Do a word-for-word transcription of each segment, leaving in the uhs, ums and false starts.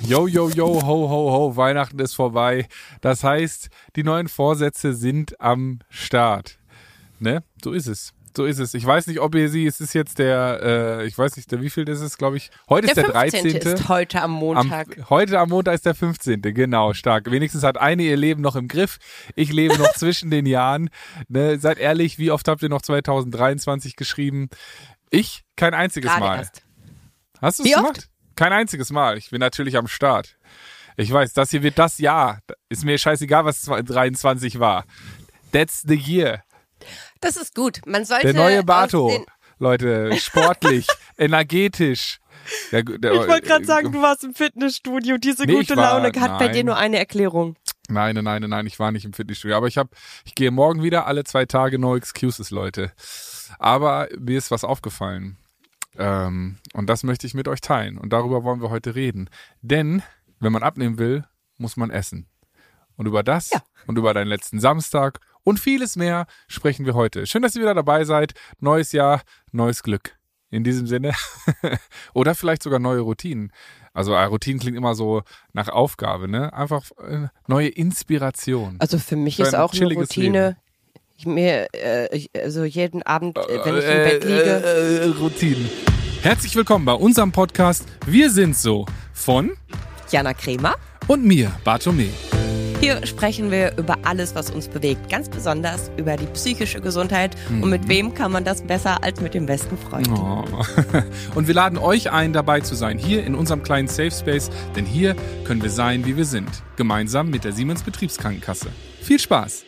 Yo, yo, yo, ho, ho, ho, Weihnachten ist vorbei. Das heißt, die neuen Vorsätze sind am Start. Ne? So ist es. So ist es. Ich weiß nicht, ob ihr sie, es ist jetzt der, äh, ich weiß nicht, der wie viel ist es, glaube ich. Heute ist der dreizehnte. Der fünfzehnte ist heute am Montag. Am, heute am Montag ist der fünfzehnte. Genau, stark. Wenigstens hat eine ihr Leben noch im Griff. Ich lebe noch zwischen den Jahren. Ne? Seid ehrlich, wie oft habt ihr noch zwanzig dreiundzwanzig geschrieben? Ich? Kein einziges Gerade Mal. erst. Hast du es gemacht? Kein einziges Mal. Ich bin natürlich am Start. Ich weiß, das hier wird das Jahr. Ist mir scheißegal, was dreiundzwanzig war. That's the year. Das ist gut. Man sollte der neue Bato, Leute, sportlich, energetisch. Der, der, ich wollte gerade sagen, du warst im Fitnessstudio. Diese nee, gute war, Laune hat nein. bei dir nur eine Erklärung. Nein, nein, nein, nein, ich war nicht im Fitnessstudio. Aber ich habe, ich gehe morgen wieder, alle zwei Tage, no excuses, Leute. Aber mir ist was aufgefallen. Ähm, und das möchte ich mit euch teilen. Und darüber wollen wir heute reden. Denn, wenn man abnehmen will, muss man essen. Und über das ja. und über deinen letzten Samstag und vieles mehr sprechen wir heute. Schön, dass ihr wieder dabei seid. Neues Jahr, neues Glück. In diesem Sinne. Oder vielleicht sogar neue Routinen. Also Routinen klingt immer so nach Aufgabe, ne? Einfach äh, neue Inspiration. Also für mich für ist ein auch eine Routine, Leben. ich mir äh, ich, also jeden Abend, äh, wenn ich im Bett liege. Äh, äh, Routinen. Herzlich willkommen bei unserem Podcast Wir sind so von Jana Kremer und mir, Bartome. Hier sprechen wir über alles, was uns bewegt. Ganz besonders über die psychische Gesundheit. Mhm. Und mit wem kann man das besser als mit dem besten Freund? Oh. Und wir laden euch ein, dabei zu sein, hier in unserem kleinen Safe Space. Denn hier können wir sein, wie wir sind. Gemeinsam mit der Siemens Betriebskrankenkasse. Viel Spaß!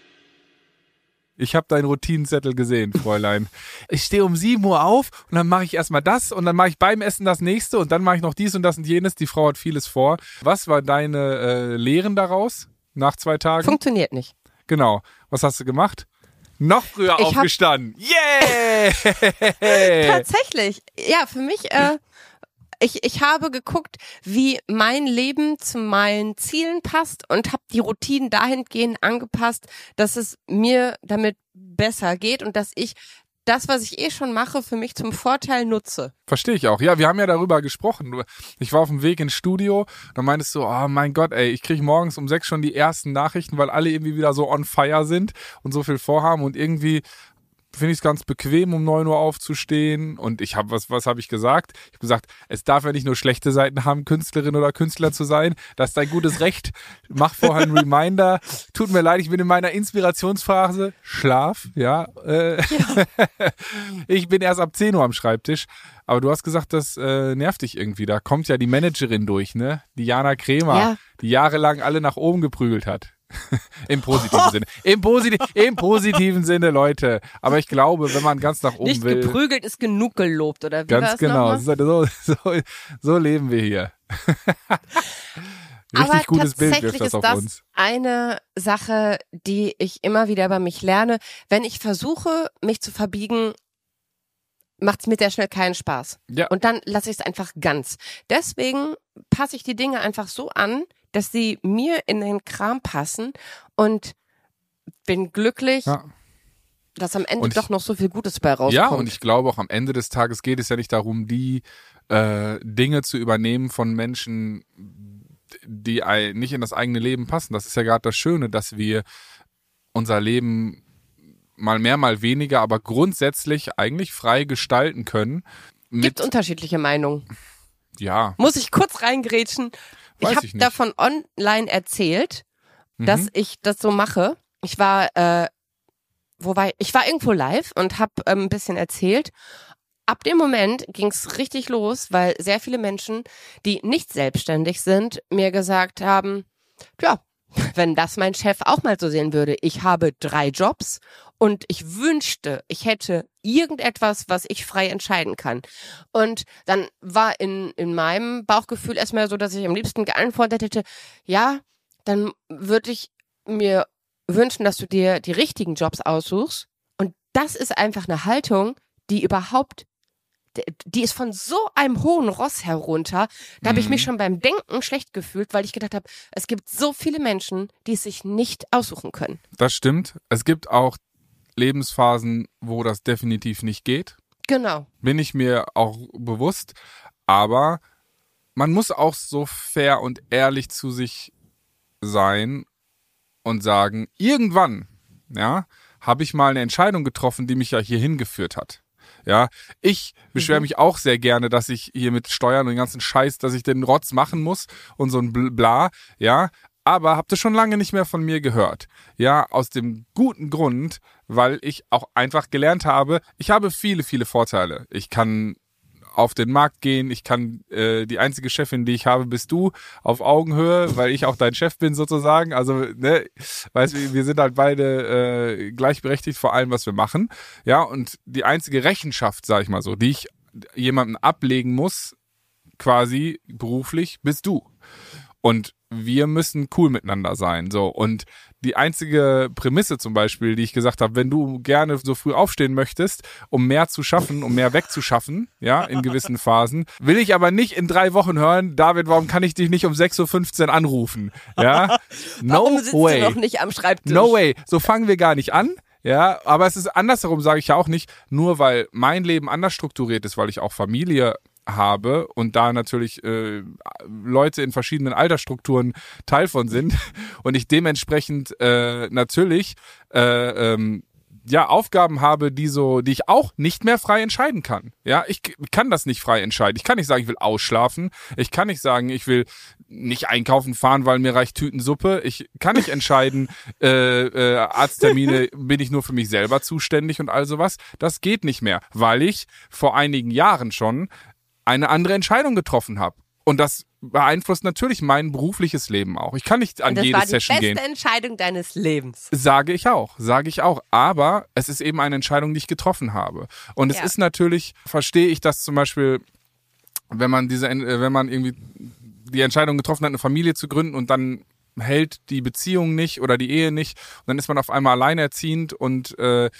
Ich habe deinen Routinenzettel gesehen, Fräulein. Ich stehe um sieben Uhr auf und dann mache ich erstmal das und dann mache ich beim Essen das nächste und dann mache ich noch dies und das und jenes. Die Frau hat vieles vor. Was war deine äh, Lehren daraus nach zwei Tagen? Funktioniert nicht. Genau. Was hast du gemacht? Noch früher ich aufgestanden. Yeah! Tatsächlich. Ja, für mich... Äh Ich, ich habe geguckt, wie mein Leben zu meinen Zielen passt und habe die Routinen dahingehend angepasst, dass es mir damit besser geht und dass ich das, was ich eh schon mache, für mich zum Vorteil nutze. Verstehe ich auch. Ja, wir haben ja darüber gesprochen. Ich war auf dem Weg ins Studio, da meintest du, oh mein Gott, ey, ich kriege morgens um sechs schon die ersten Nachrichten, weil alle irgendwie wieder so on fire sind und so viel vorhaben und irgendwie finde ich es ganz bequem, um neun Uhr aufzustehen. Und ich habe, was was habe ich gesagt? Ich habe gesagt, es darf ja nicht nur schlechte Seiten haben, Künstlerin oder Künstler zu sein. Das ist dein gutes Recht. Mach vorher einen Reminder. Tut mir leid, ich bin in meiner Inspirationsphase. Schlaf, ja. Äh, ja. Ich bin erst ab zehn Uhr am Schreibtisch. Aber du hast gesagt, das äh, nervt dich irgendwie. Da kommt ja die Managerin durch, ne? Die Jana Kremer, ja. Die jahrelang alle nach oben geprügelt hat. Im positiven oh. Sinne. Im, Posit- Im positiven Sinne, Leute. Aber ich glaube, wenn man ganz nach oben Nicht will... Nicht geprügelt ist genug gelobt, oder wie Ganz genau. So, so, so leben wir hier. Richtig Aber gutes Bild wirft das ist auf das uns. Eine Sache, die ich immer wieder über mich lerne. Wenn ich versuche, mich zu verbiegen, macht es mir sehr schnell keinen Spaß. Ja. Und dann lasse ich es einfach ganz. Deswegen passe ich die Dinge einfach so an, dass sie mir in den Kram passen und bin glücklich, ja. dass am Ende ich, doch noch so viel Gutes bei rauskommt. Ja, und ich glaube auch am Ende des Tages geht es ja nicht darum, die äh, Dinge zu übernehmen von Menschen, die nicht in das eigene Leben passen. Das ist ja gerade das Schöne, dass wir unser Leben mal mehr, mal weniger, aber grundsätzlich eigentlich frei gestalten können. Gibt unterschiedliche Meinungen. Ja. Muss ich kurz reingrätschen? Weiß ich habe davon online erzählt, mhm. dass ich das so mache. Ich war, äh, wo war ich? Ich war irgendwo live und habe ähm, ein bisschen erzählt. Ab dem Moment ging's richtig los, weil sehr viele Menschen, die nicht selbstständig sind, mir gesagt haben, ja, wenn das mein Chef auch mal so sehen würde, ich habe drei Jobs und ich wünschte, ich hätte irgendetwas, was ich frei entscheiden kann. Und dann war in in meinem Bauchgefühl erstmal so, dass ich am liebsten geantwortet hätte, ja, dann würde ich mir wünschen, dass du dir die richtigen Jobs aussuchst. Und das ist einfach eine Haltung, die überhaupt, die ist von so einem hohen Ross herunter. Da habe ich mich schon beim Denken schlecht gefühlt, weil ich gedacht habe, es gibt so viele Menschen, die es sich nicht aussuchen können. Das stimmt. Es gibt auch Lebensphasen, wo das definitiv nicht geht. Genau. Bin ich mir auch bewusst. Aber man muss auch so fair und ehrlich zu sich sein und sagen, irgendwann, ja, habe ich mal eine Entscheidung getroffen, die mich ja hierhin geführt hat. Ja, ich beschwere mich auch sehr gerne, dass ich hier mit Steuern und den ganzen Scheiß, dass ich den Rotz machen muss und so ein Bla, ja, aber habt ihr schon lange nicht mehr von mir gehört. Ja, aus dem guten Grund, weil ich auch einfach gelernt habe, ich habe viele, viele Vorteile. Ich kann auf den Markt gehen, ich kann, äh, die einzige Chefin, die ich habe, bist du, auf Augenhöhe, weil ich auch dein Chef bin sozusagen, also, ne, weißt du, wir sind halt beide äh, gleichberechtigt vor allem, was wir machen, ja, und die einzige Rechenschaft, sag ich mal so, die ich jemandem ablegen muss, quasi beruflich, bist du. Und wir müssen cool miteinander sein, so, und die einzige Prämisse zum Beispiel, die ich gesagt habe, wenn du gerne so früh aufstehen möchtest, um mehr zu schaffen, um mehr wegzuschaffen, ja, in gewissen Phasen, will ich aber nicht in drei Wochen hören, David, warum kann ich dich nicht um sechs Uhr fünfzehn anrufen, ja, no warum sitzt way, du noch nicht am Schreibtisch? No way, so fangen wir gar nicht an. Ja, aber es ist andersherum, sage ich ja auch nicht, nur weil mein Leben anders strukturiert ist, weil ich auch Familie habe und da natürlich äh, Leute in verschiedenen Altersstrukturen Teil von sind und ich dementsprechend äh, natürlich äh, ähm, ja Aufgaben habe, die so, die ich auch nicht mehr frei entscheiden kann. Ja, ich kann das nicht frei entscheiden. Ich kann nicht sagen, ich will ausschlafen. Ich kann nicht sagen, ich will nicht einkaufen fahren, weil mir reicht Tütensuppe. Ich kann nicht entscheiden, äh, äh, Arzttermine bin ich nur für mich selber zuständig und all sowas. Das geht nicht mehr, weil ich vor einigen Jahren schon eine andere Entscheidung getroffen habe. Und das beeinflusst natürlich mein berufliches Leben auch. Ich kann nicht an jede Session gehen. Das war die beste Entscheidung deines Lebens. Sage ich auch, sage ich auch. Aber es ist eben eine Entscheidung, die ich getroffen habe. Und es ja. ist natürlich, verstehe ich das zum Beispiel, wenn man diese, wenn man irgendwie die Entscheidung getroffen hat, eine Familie zu gründen und dann hält die Beziehung nicht oder die Ehe nicht und dann ist man auf einmal alleinerziehend und äh,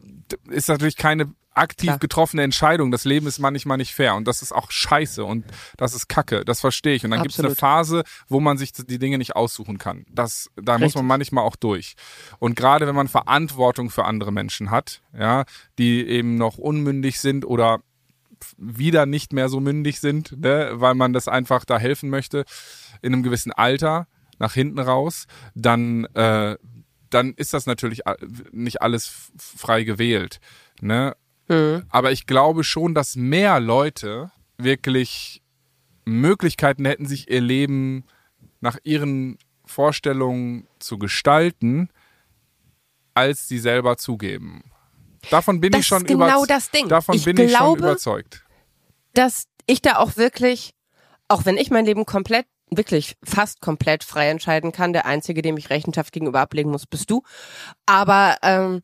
ist natürlich keine aktiv Klar. getroffene Entscheidung. Das Leben ist manchmal nicht fair und das ist auch scheiße und das ist Kacke, das verstehe ich. Und dann gibt es eine Phase, wo man sich die Dinge nicht aussuchen kann. Das, da Richtig. muss man manchmal auch durch. Und gerade wenn man Verantwortung für andere Menschen hat, ja, die eben noch unmündig sind oder wieder nicht mehr so mündig sind, ne, weil man das einfach da helfen möchte, in einem gewissen Alter, nach hinten raus, dann, äh, dann ist das natürlich nicht alles frei gewählt, ne? Mhm. Aber ich glaube schon, dass mehr Leute wirklich Möglichkeiten hätten, sich ihr Leben nach ihren Vorstellungen zu gestalten, als sie selber zugeben. Davon bin das ich schon ist genau über- das Ding. Davon ich bin glaube, ich schon überzeugt. Dass ich da auch wirklich, auch wenn ich mein Leben komplett, wirklich fast komplett frei entscheiden kann, der Einzige, dem ich Rechenschaft gegenüber ablegen muss, bist du. Aber ähm,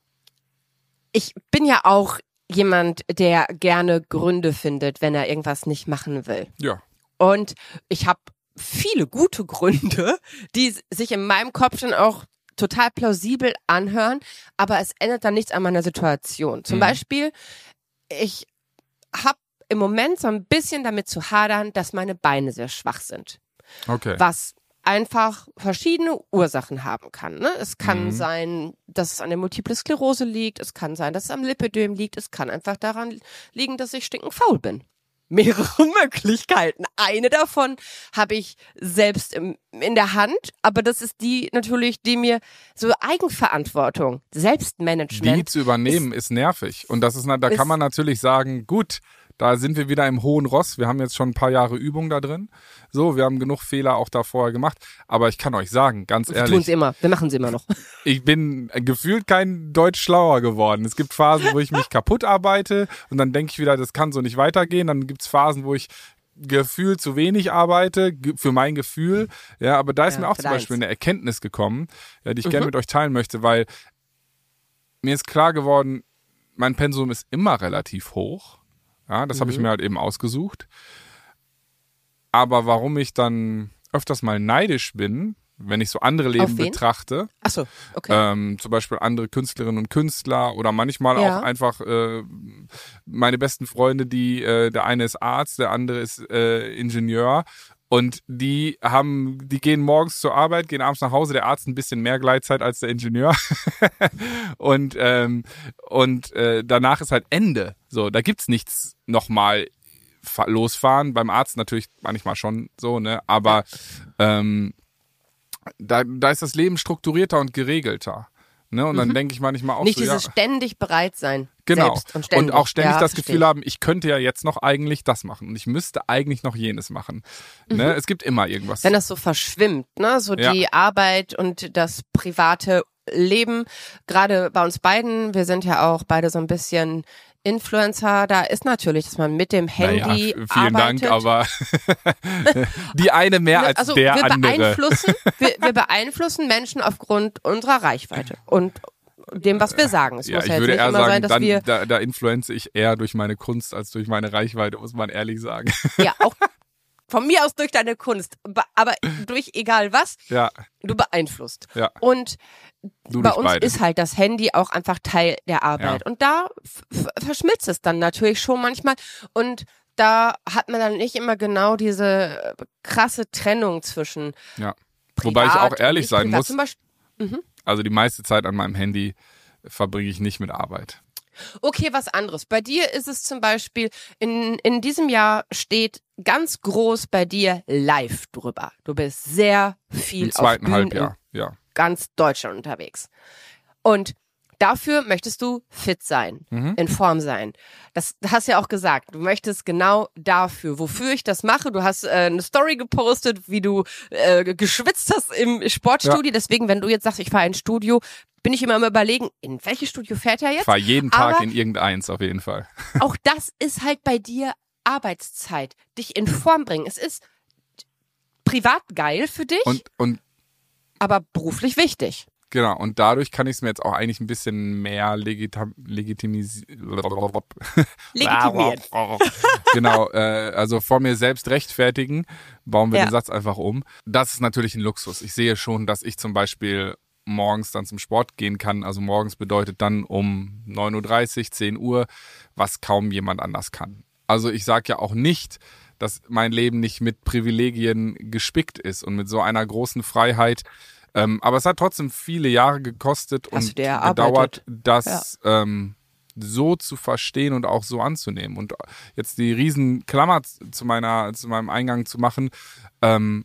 ich bin ja auch jemand, der gerne Gründe findet, wenn er irgendwas nicht machen will. Ja. Und ich habe viele gute Gründe, die sich in meinem Kopf dann auch total plausibel anhören, aber es ändert dann nichts an meiner Situation. Zum mhm. Beispiel, ich habe im Moment so ein bisschen damit zu hadern, dass meine Beine sehr schwach sind. Okay. Was einfach verschiedene Ursachen haben kann. Ne? Es kann mhm. sein, dass es an der Multiple Sklerose liegt, es kann sein, dass es am Lipödem liegt, es kann einfach daran liegen, dass ich stinkend faul bin. Mehrere Möglichkeiten. Eine davon habe ich selbst im, in der Hand, aber das ist die natürlich, die mir so Eigenverantwortung, Selbstmanagement. Die zu übernehmen ist, ist nervig. Und das ist, da ist, kann man natürlich sagen, gut, da sind wir wieder im hohen Ross. Wir haben jetzt schon ein paar Jahre Übung da drin. So, wir haben genug Fehler auch da vorher gemacht. Aber ich kann euch sagen, ganz ehrlich. Wir tun es immer. Wir machen es immer noch. Ich bin gefühlt kein Deutsch schlauer geworden. Es gibt Phasen, wo ich mich kaputt arbeite und dann denke ich wieder, das kann so nicht weitergehen. Dann gibt es Phasen, wo ich gefühlt zu wenig arbeite, für mein Gefühl. Ja, aber da ist ja, mir auch zum Beispiel eine Erkenntnis gekommen, ja, die ich mhm. gerne mit euch teilen möchte, weil mir ist klar geworden, mein Pensum ist immer relativ hoch. Ja, das mhm. habe ich mir halt eben ausgesucht. Aber warum ich dann öfters mal neidisch bin, wenn ich so andere Leben betrachte, Ach so, okay. ähm, zum Beispiel andere Künstlerinnen und Künstler oder manchmal ja. auch einfach äh, meine besten Freunde, die äh, der eine ist Arzt, der andere ist äh, Ingenieur und die haben, die gehen morgens zur Arbeit, gehen abends nach Hause, der Arzt ein bisschen mehr Gleitzeit als der Ingenieur und ähm, und äh, danach ist halt Ende. So, da gibt's nichts nochmal losfahren. Beim Arzt natürlich manchmal schon so, ne? Aber ähm, da, da ist das Leben strukturierter und geregelter. Ne? Und dann Mhm. denke ich manchmal auch Nicht so, dieses ja, ständig bereit sein. genau. Selbst und, ständig. Und auch ständig ja, das verstehe Gefühl ich. haben, ich könnte ja jetzt noch eigentlich das machen und ich müsste eigentlich noch jenes machen. Mhm. Ne? Es gibt immer irgendwas. Wenn das so verschwimmt, ne, so Ja. die Arbeit und das private Leben, gerade bei uns beiden, wir sind ja auch beide so ein bisschen Influencer, da ist natürlich, dass man mit dem Handy naja, f- vielen arbeitet. Dank, aber die eine mehr als also der wir andere. beeinflussen, wir, wir beeinflussen Menschen aufgrund unserer Reichweite und dem, was wir sagen. Es Ja, muss ich ja jetzt würde nicht eher immer sagen, sein, dass dann, wir da, da influenze ich eher durch meine Kunst als durch meine Reichweite, muss man ehrlich sagen. ja auch von mir aus durch deine Kunst, be- aber durch egal was, Ja, du beeinflusst. ja. Und Du bei durch uns beide. ist halt das Handy auch einfach Teil der Arbeit. Ja. Und da f- f- verschmilzt es dann natürlich schon manchmal. Und da hat man dann nicht immer genau diese äh, krasse Trennung zwischen Ja. privat Wobei ich auch und ehrlich nicht sein privat. muss, Zum Beispiel, also die meiste Zeit an meinem Handy verbringe ich nicht mit Arbeit. okay, was anderes. Bei dir ist es zum Beispiel, in, in diesem Jahr steht ganz groß bei dir live drüber. Du bist sehr viel Im auf zweiten Bühnen Halbjahr, ja. ganz Deutschland unterwegs. Und dafür möchtest du fit sein, Mhm. in Form sein. Das hast du ja auch gesagt. Du möchtest genau dafür, wofür ich das mache. Du hast äh, eine Story gepostet, wie du äh, geschwitzt hast im Sportstudio. Deswegen, wenn du jetzt sagst, ich fahre ins Studio, bin ich immer am Überlegen, in welches Studio fährt er Ich jetzt? fahre jeden Tag Aber in irgendeins auf jeden Fall. auch das ist halt bei dir Arbeitszeit. Dich in Form bringen. Es ist privat geil für dich, Und, und aber beruflich wichtig. genau, und dadurch kann ich es mir jetzt auch eigentlich ein bisschen mehr legitim legitimisieren. Legitimieren. Genau, äh, also vor mir selbst rechtfertigen, bauen wir Ja. den Satz einfach um. Das ist natürlich ein Luxus. Ich sehe schon, dass ich zum Beispiel morgens dann zum Sport gehen kann. Also morgens bedeutet dann um neun Uhr dreißig, zehn Uhr, was kaum jemand anders kann. Also ich sage ja auch nicht, dass mein Leben nicht mit Privilegien gespickt ist und mit so einer großen Freiheit. Ähm, aber es hat trotzdem viele Jahre gekostet Hast du und dir erarbeitet? gedauert, das ähm, so zu verstehen und auch so anzunehmen. Und jetzt die riesen Klammer zu meiner, zu meinem Eingang zu machen, ähm,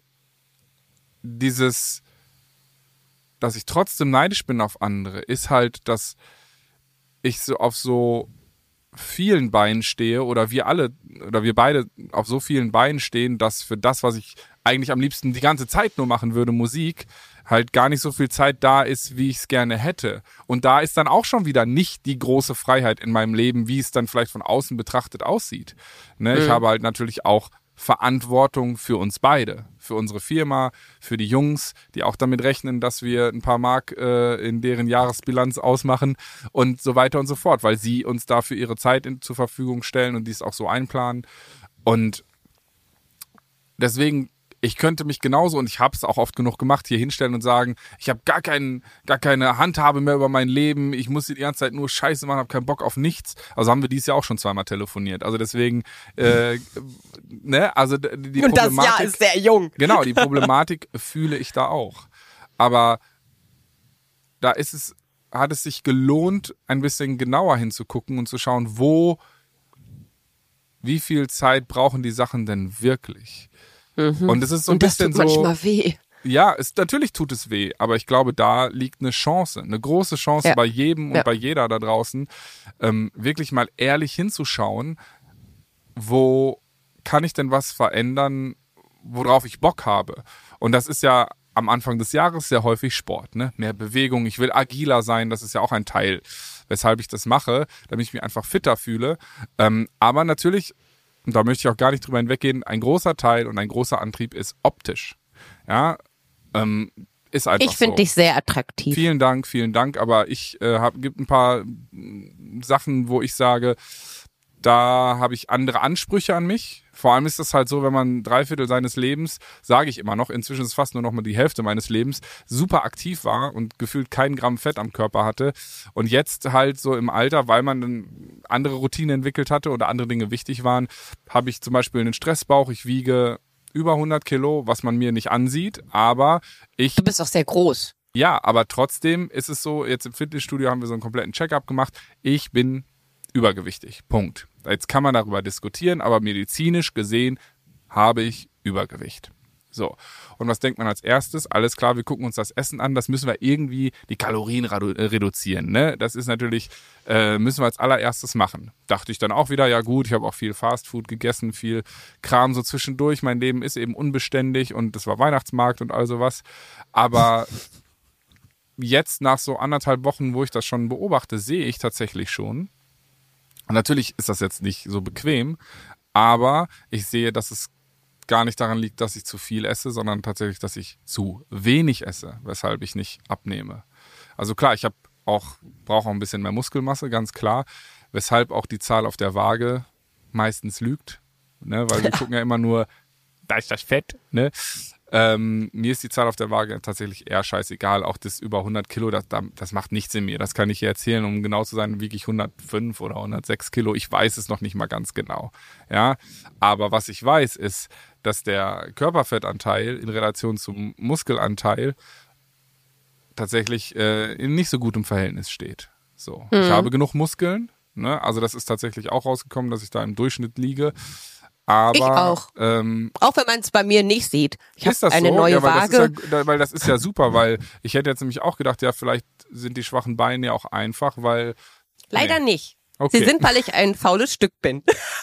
dieses, dass ich trotzdem neidisch bin auf andere, ist halt, dass ich so auf so vielen Beinen stehe oder wir alle oder wir beide auf so vielen Beinen stehen, dass für das, was ich eigentlich am liebsten die ganze Zeit nur machen würde, Musik, halt gar nicht so viel Zeit da ist, wie ich es gerne hätte. Und da ist dann auch schon wieder nicht die große Freiheit in meinem Leben, wie es dann vielleicht von außen betrachtet aussieht. Ne? Ich Mhm. habe halt natürlich auch Verantwortung für uns beide, für unsere Firma, für die Jungs, die auch damit rechnen, dass wir ein paar Mark äh, in deren Jahresbilanz ausmachen und so weiter und so fort, weil sie uns dafür ihre Zeit in, zur Verfügung stellen und dies auch so einplanen. Und deswegen, ich könnte mich genauso, und ich habe es auch oft genug gemacht, hier hinstellen und sagen, ich habe gar keinen, gar keine Handhabe mehr über mein Leben, ich muss die ganze Zeit nur Scheiße machen, habe keinen Bock auf nichts. Also haben wir dieses Jahr auch schon zweimal telefoniert. Also deswegen, äh, ne, also die die Und das Problematik. Jahr ist sehr jung. Genau, die Problematik fühle ich da auch. Aber da ist es, hat es sich gelohnt, ein bisschen genauer hinzugucken und zu schauen, wo, wie viel Zeit brauchen die Sachen denn wirklich? Mhm. Und es ist so ein Und das bisschen tut so. manchmal weh. Ja, es, natürlich tut es weh, aber ich glaube, da liegt eine Chance, eine große Chance Ja. bei jedem und Ja. bei jeder da draußen, ähm, wirklich mal ehrlich hinzuschauen, wo kann ich denn was verändern, worauf ich Bock habe. Und das ist ja am Anfang des Jahres sehr häufig Sport, ne? Mehr Bewegung, ich will agiler sein, das ist ja auch ein Teil, weshalb ich das mache, damit ich mich einfach fitter fühle. Ähm, aber natürlich, und da möchte ich auch gar nicht drüber hinweggehen, ein großer Teil und ein großer Antrieb ist optisch. Ja, ähm, ist einfach Ich finde so. dich sehr attraktiv. Vielen Dank, vielen Dank, aber ich äh, hab, gibt ein paar mm, Sachen, wo ich sage, da habe ich andere Ansprüche an mich. Vor allem ist das halt so, wenn man drei Viertel seines Lebens, sage ich immer noch, inzwischen ist es fast nur noch mal die Hälfte meines Lebens, super aktiv war und gefühlt kein Gramm Fett am Körper hatte. Und jetzt halt so im Alter, weil man dann andere Routinen entwickelt hatte oder andere Dinge wichtig waren, habe ich zum Beispiel einen Stressbauch. Ich wiege über hundert Kilo, was man mir nicht ansieht, aber ich... Du bist auch sehr groß. Ja, aber trotzdem ist es so, jetzt im Fitnessstudio haben wir so einen kompletten Check-up gemacht. Ich bin übergewichtig. Punkt. Jetzt kann man darüber diskutieren, aber medizinisch gesehen habe ich Übergewicht. So, und was denkt man als erstes? Alles klar, wir gucken uns das Essen an, das müssen wir irgendwie, die Kalorien redu- reduzieren, ne? Das ist natürlich, äh, müssen wir als allererstes machen. Dachte ich dann auch wieder, ja gut, ich habe auch viel Fastfood gegessen, viel Kram so zwischendurch, mein Leben ist eben unbeständig und es war Weihnachtsmarkt und all sowas, aber jetzt nach so anderthalb Wochen, wo ich das schon beobachte, sehe ich tatsächlich schon, und natürlich ist das jetzt nicht so bequem, aber ich sehe, dass es gar nicht daran liegt, dass ich zu viel esse, sondern tatsächlich, dass ich zu wenig esse, weshalb ich nicht abnehme. Also klar, ich habe auch brauche auch ein bisschen mehr Muskelmasse, ganz klar, weshalb auch die Zahl auf der Waage meistens lügt, ne, weil wir gucken ja immer nur, da ist das Fett, ne? Ähm, mir ist die Zahl auf der Waage tatsächlich eher scheißegal. Auch das über hundert Kilo, das, das macht nichts in mir. Das kann ich hier erzählen. Um genau zu sein, wiege ich hundertfünf oder hundertsechs Kilo. Ich weiß es noch nicht mal ganz genau. Ja, aber was ich weiß, ist, dass der Körperfettanteil in Relation zum Muskelanteil tatsächlich äh, in nicht so gutem Verhältnis steht. So, mhm. Ich habe genug Muskeln. Ne? Also das ist tatsächlich auch rausgekommen, dass ich da im Durchschnitt liege. Aber, ich auch. Ähm, auch wenn man es bei mir nicht sieht. Ich habe eine so? neue ja, weil Waage. Das ist ja, weil das ist ja super, weil ich hätte jetzt nämlich auch gedacht, ja, vielleicht sind die schwachen Beine ja auch einfach, weil... Leider nee. nicht. Okay. Sie sind, weil ich ein faules Stück bin.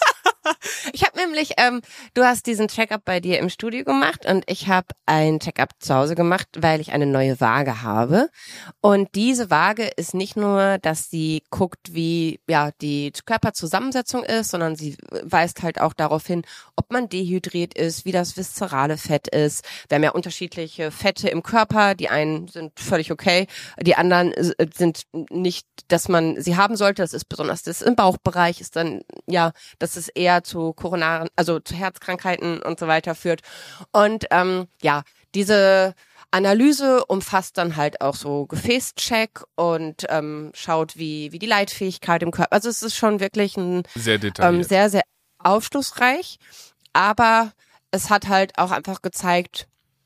Ich habe nämlich, ähm, du hast diesen Check-up bei dir im Studio gemacht und ich habe ein Check-up zu Hause gemacht, weil ich eine neue Waage habe. Und diese Waage ist nicht nur, dass sie guckt, wie ja die Körperzusammensetzung ist, sondern sie weist halt auch darauf hin, ob man dehydriert ist, wie das viszerale Fett ist. Wir haben ja unterschiedliche Fette im Körper. Die einen sind völlig okay, die anderen sind nicht, dass man sie haben sollte. Das ist besonders das im Bauchbereich, ist dann ja, das ist eher zu koronaren, also zu Herzkrankheiten und so weiter führt. Und ähm, ja, diese Analyse umfasst dann halt auch so Gefäßcheck und ähm, schaut, wie wie die Leitfähigkeit im Körper. Also es ist schon wirklich ein sehr detailliert. Ähm, sehr, sehr aufschlussreich. Aber es hat halt auch einfach gezeigt,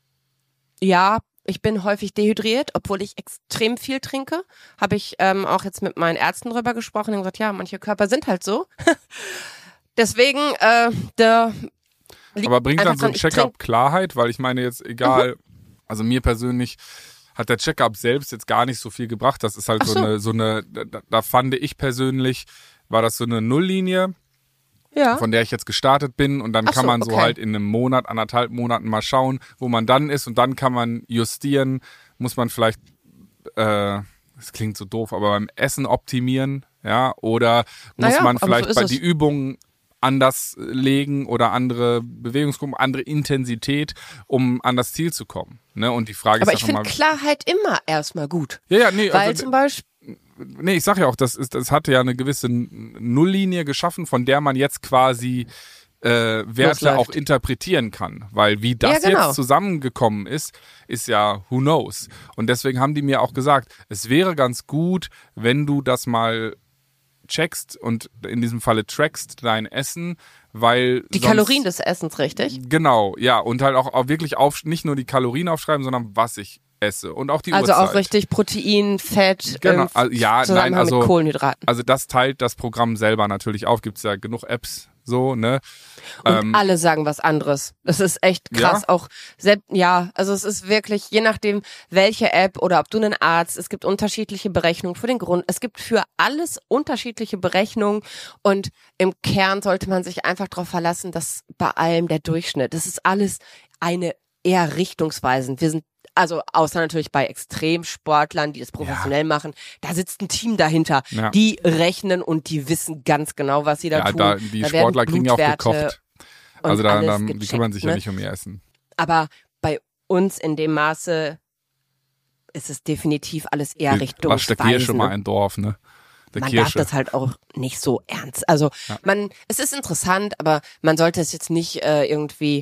ja, ich bin häufig dehydriert, obwohl ich extrem viel trinke. Habe ich ähm, auch jetzt mit meinen Ärzten drüber gesprochen und gesagt, ja, manche Körper sind halt so. Deswegen, äh, der liegt Aber bringt dann so ein dran, Check-up Klarheit? Weil ich meine jetzt, egal, mhm. also mir persönlich hat der Check-up selbst jetzt gar nicht so viel gebracht. Das ist halt so. so eine, so eine, da, da fand ich persönlich, war das so eine Nulllinie, ja. von der ich jetzt gestartet bin. Und dann Ach kann so, man so okay. halt in einem Monat, anderthalb Monaten mal schauen, wo man dann ist. Und dann kann man justieren, muss man vielleicht, äh, das klingt so doof, aber beim Essen optimieren, ja, oder muss naja, man vielleicht so bei die Übungen anders legen oder andere Bewegungsgruppen, andere Intensität, um an das Ziel zu kommen. Ne? Und die Frage aber ist ich finde Klarheit immer erstmal gut. Ja, ja, nee, weil also, zum Beispiel nee, ich sag ja auch, das ist, das hatte ja eine gewisse Nulllinie geschaffen, von der man jetzt quasi äh, Werte auch interpretieren kann. Weil wie das ja, genau. jetzt zusammengekommen ist, ist ja who knows. Und deswegen haben die mir auch gesagt, es wäre ganz gut, wenn du das mal checkst und in diesem Falle trackst dein Essen, weil die sonst, Kalorien des Essens, richtig? Genau, ja, und halt auch, auch wirklich auf, nicht nur die Kalorien aufschreiben, sondern was ich esse und auch die also Uhrzeit. Also auch richtig Protein, Fett, genau. ähm, also, ja, nein, also mit Kohlenhydraten. Also das teilt das Programm selber natürlich auf. Gibt's ja genug Apps, so ne. Und ähm, alle sagen was anderes. Das ist echt krass. Ja? Auch selbst, ja, also es ist wirklich je nachdem welche App oder ob du einen Arzt. Es gibt unterschiedliche Berechnungen für den Grund. Es gibt für alles unterschiedliche Berechnungen und im Kern sollte man sich einfach darauf verlassen, dass bei allem der Durchschnitt. Das ist alles eine eher richtungsweisend. Wir sind Also außer natürlich bei Extremsportlern, die das professionell ja. machen, da sitzt ein Team dahinter, ja. die rechnen und die wissen ganz genau, was sie da ja, tun. Da, die da Sportler kriegen ja auch gekocht. Also da, da gecheckt, die kümmern sich ne? ja nicht um ihr Essen. Aber bei uns in dem Maße ist es definitiv alles eher richtungsweisend. Wasch der Kirche mal ein Dorf, ne? Der man Kirche. darf das halt auch nicht so ernst. Also ja. man, es ist interessant, aber man sollte es jetzt nicht äh, irgendwie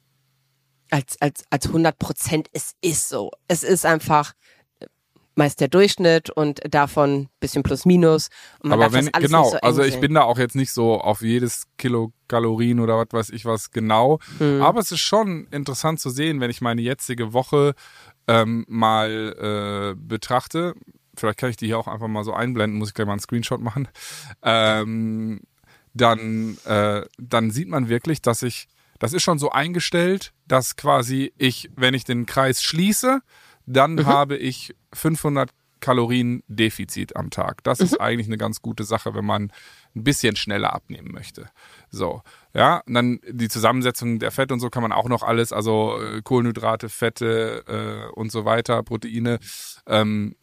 als als als hundert Prozent, es ist so. Es ist einfach meist der Durchschnitt und davon bisschen plus minus. Und man aber darf wenn, das alles genau, nicht so eng also ich sehen. bin da auch jetzt nicht so auf jedes Kilo Kalorien oder was weiß ich was genau. Mhm. Aber es ist schon interessant zu sehen, wenn ich meine jetzige Woche ähm, mal äh, betrachte. Vielleicht kann ich die hier auch einfach mal so einblenden, muss ich gleich mal einen Screenshot machen. Ähm, dann, äh, dann sieht man wirklich, dass ich, das ist schon so eingestellt, dass quasi ich, wenn ich den Kreis schließe, dann mhm. habe ich fünfhundert Kalorien Defizit am Tag. Das mhm. ist eigentlich eine ganz gute Sache, wenn man ein bisschen schneller abnehmen möchte. So, ja, und dann die Zusammensetzung der Fette und so kann man auch noch alles, also äh, Kohlenhydrate, Fette äh, und so weiter, Proteine, ähm,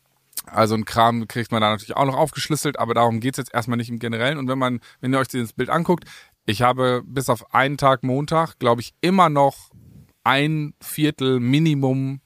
also ein Kram kriegt man da natürlich auch noch aufgeschlüsselt, aber darum geht's jetzt erstmal nicht im Generellen. Und wenn man, wenn ihr euch dieses Bild anguckt, ich habe bis auf einen Tag Montag, glaube ich, immer noch ein Viertel Minimum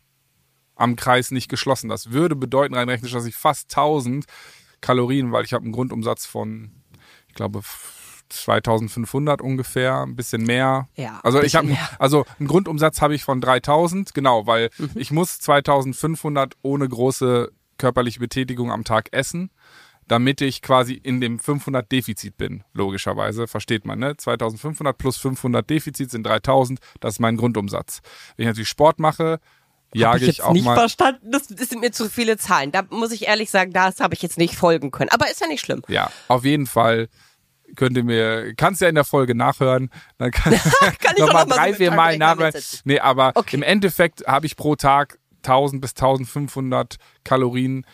am Kreis nicht geschlossen. Das würde bedeuten, rein rechnerisch, dass ich fast tausend Kalorien, weil ich habe einen Grundumsatz von, ich glaube, zweitausendfünfhundert ungefähr, ein bisschen mehr. Ja, also ich habe, also einen Grundumsatz habe ich von dreitausend, genau, weil mhm. ich muss zweitausendfünfhundert ohne große körperliche Betätigung am Tag essen, damit ich quasi in dem fünfhundert Defizit bin, logischerweise, versteht man, ne? zweitausendfünfhundert plus fünfhundert Defizit sind dreitausend, das ist mein Grundumsatz. Wenn ich natürlich Sport mache, jage ich, ich jetzt auch nicht mal. Verstanden, das sind mir zu viele Zahlen. Da muss ich ehrlich sagen, das habe ich jetzt nicht folgen können. Aber ist ja nicht schlimm. Ja, auf jeden Fall könnt ihr mir, kannst ja in der Folge nachhören, dann kann, kann ich noch mal drei, vier Mal nachhören. Nee, aber okay. Im Endeffekt habe ich pro Tag tausend bis eintausendfünfhundert Kalorien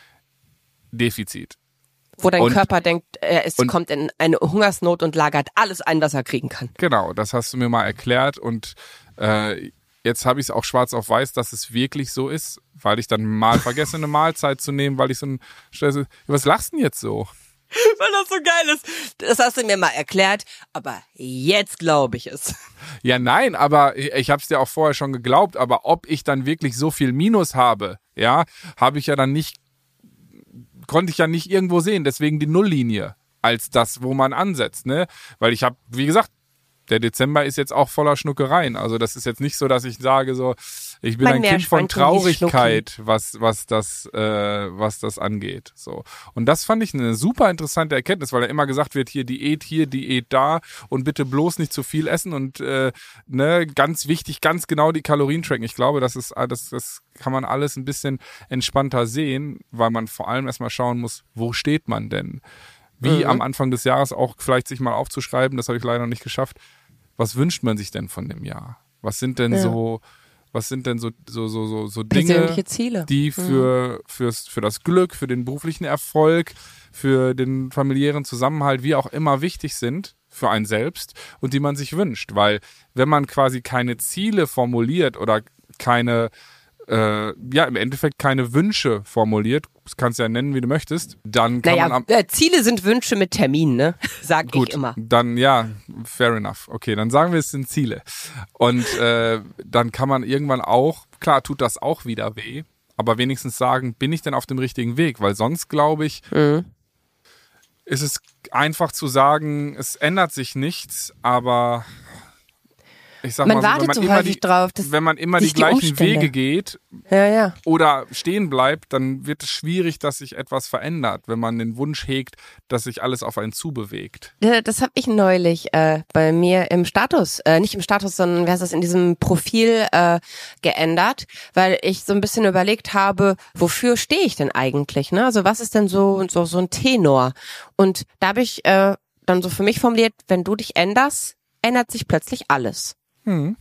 Defizit. Wo dein und, Körper denkt, er ist, kommt in eine Hungersnot und lagert alles ein, was er kriegen kann. Genau, das hast du mir mal erklärt und äh, jetzt habe ich es auch schwarz auf weiß, dass es wirklich so ist, weil ich dann mal vergesse, eine Mahlzeit zu nehmen, weil ich so ein Stress. Was lachst du denn jetzt so? Weil das so geil ist. Das hast du mir mal erklärt, aber jetzt glaube ich es. Ja, nein, aber ich habe es dir auch vorher schon geglaubt, aber ob ich dann wirklich so viel Minus habe, ja, habe ich ja dann nicht, konnte ich ja nicht irgendwo sehen, deswegen die Nulllinie als das, wo man ansetzt, ne? Weil ich habe, wie gesagt, der Dezember ist jetzt auch voller Schnuckereien. Also das ist jetzt nicht so, dass ich sage so, ich bin mein ein Kind von Traurigkeit, was was das äh, was das angeht. So, und das fand ich eine super interessante Erkenntnis, weil ja immer gesagt wird, hier Diät hier, Diät da und bitte bloß nicht zu viel essen und äh, ne, ganz wichtig, ganz genau die Kalorien tracken. Ich glaube, das ist das das kann man alles ein bisschen entspannter sehen, weil man vor allem erstmal schauen muss, wo steht man denn? Wie mhm. am Anfang des Jahres auch vielleicht sich mal aufzuschreiben, das habe ich leider noch nicht geschafft. Was wünscht man sich denn von dem Jahr? Was sind denn ja. so, was sind denn so, so, so, so, so Dinge, Ziele. die für, mhm. fürs, für das Glück, für den beruflichen Erfolg, für den familiären Zusammenhalt, wie auch immer wichtig sind für einen selbst und die man sich wünscht? Weil wenn man quasi keine Ziele formuliert oder keine Äh, ja, im Endeffekt keine Wünsche formuliert, das kannst du ja nennen, wie du möchtest, dann kann naja, man am äh, Ziele sind Wünsche mit Termin, ne? Sag gut, ich immer. Dann, ja, fair enough. Okay, dann sagen wir, es sind Ziele. Und äh, dann kann man irgendwann auch, klar tut das auch wieder weh, aber wenigstens sagen, bin ich denn auf dem richtigen Weg? Weil sonst, glaube ich, mhm. ist es einfach zu sagen, es ändert sich nichts, aber ich sag man mal so, wartet wenn man so immer häufig die, drauf, dass wenn man immer die, die gleichen Umstände. Wege geht ja, ja. oder stehen bleibt, dann wird es schwierig, dass sich etwas verändert, wenn man den Wunsch hegt, dass sich alles auf einen zubewegt. Das habe ich neulich äh, bei mir im Status, äh, nicht im Status, sondern wie heißt das, in diesem Profil äh, geändert, weil ich so ein bisschen überlegt habe, wofür stehe ich denn eigentlich? Ne? Also was ist denn so, so, so ein Tenor? Und da habe ich äh, dann so für mich formuliert, wenn du dich änderst, ändert sich plötzlich alles. Hm.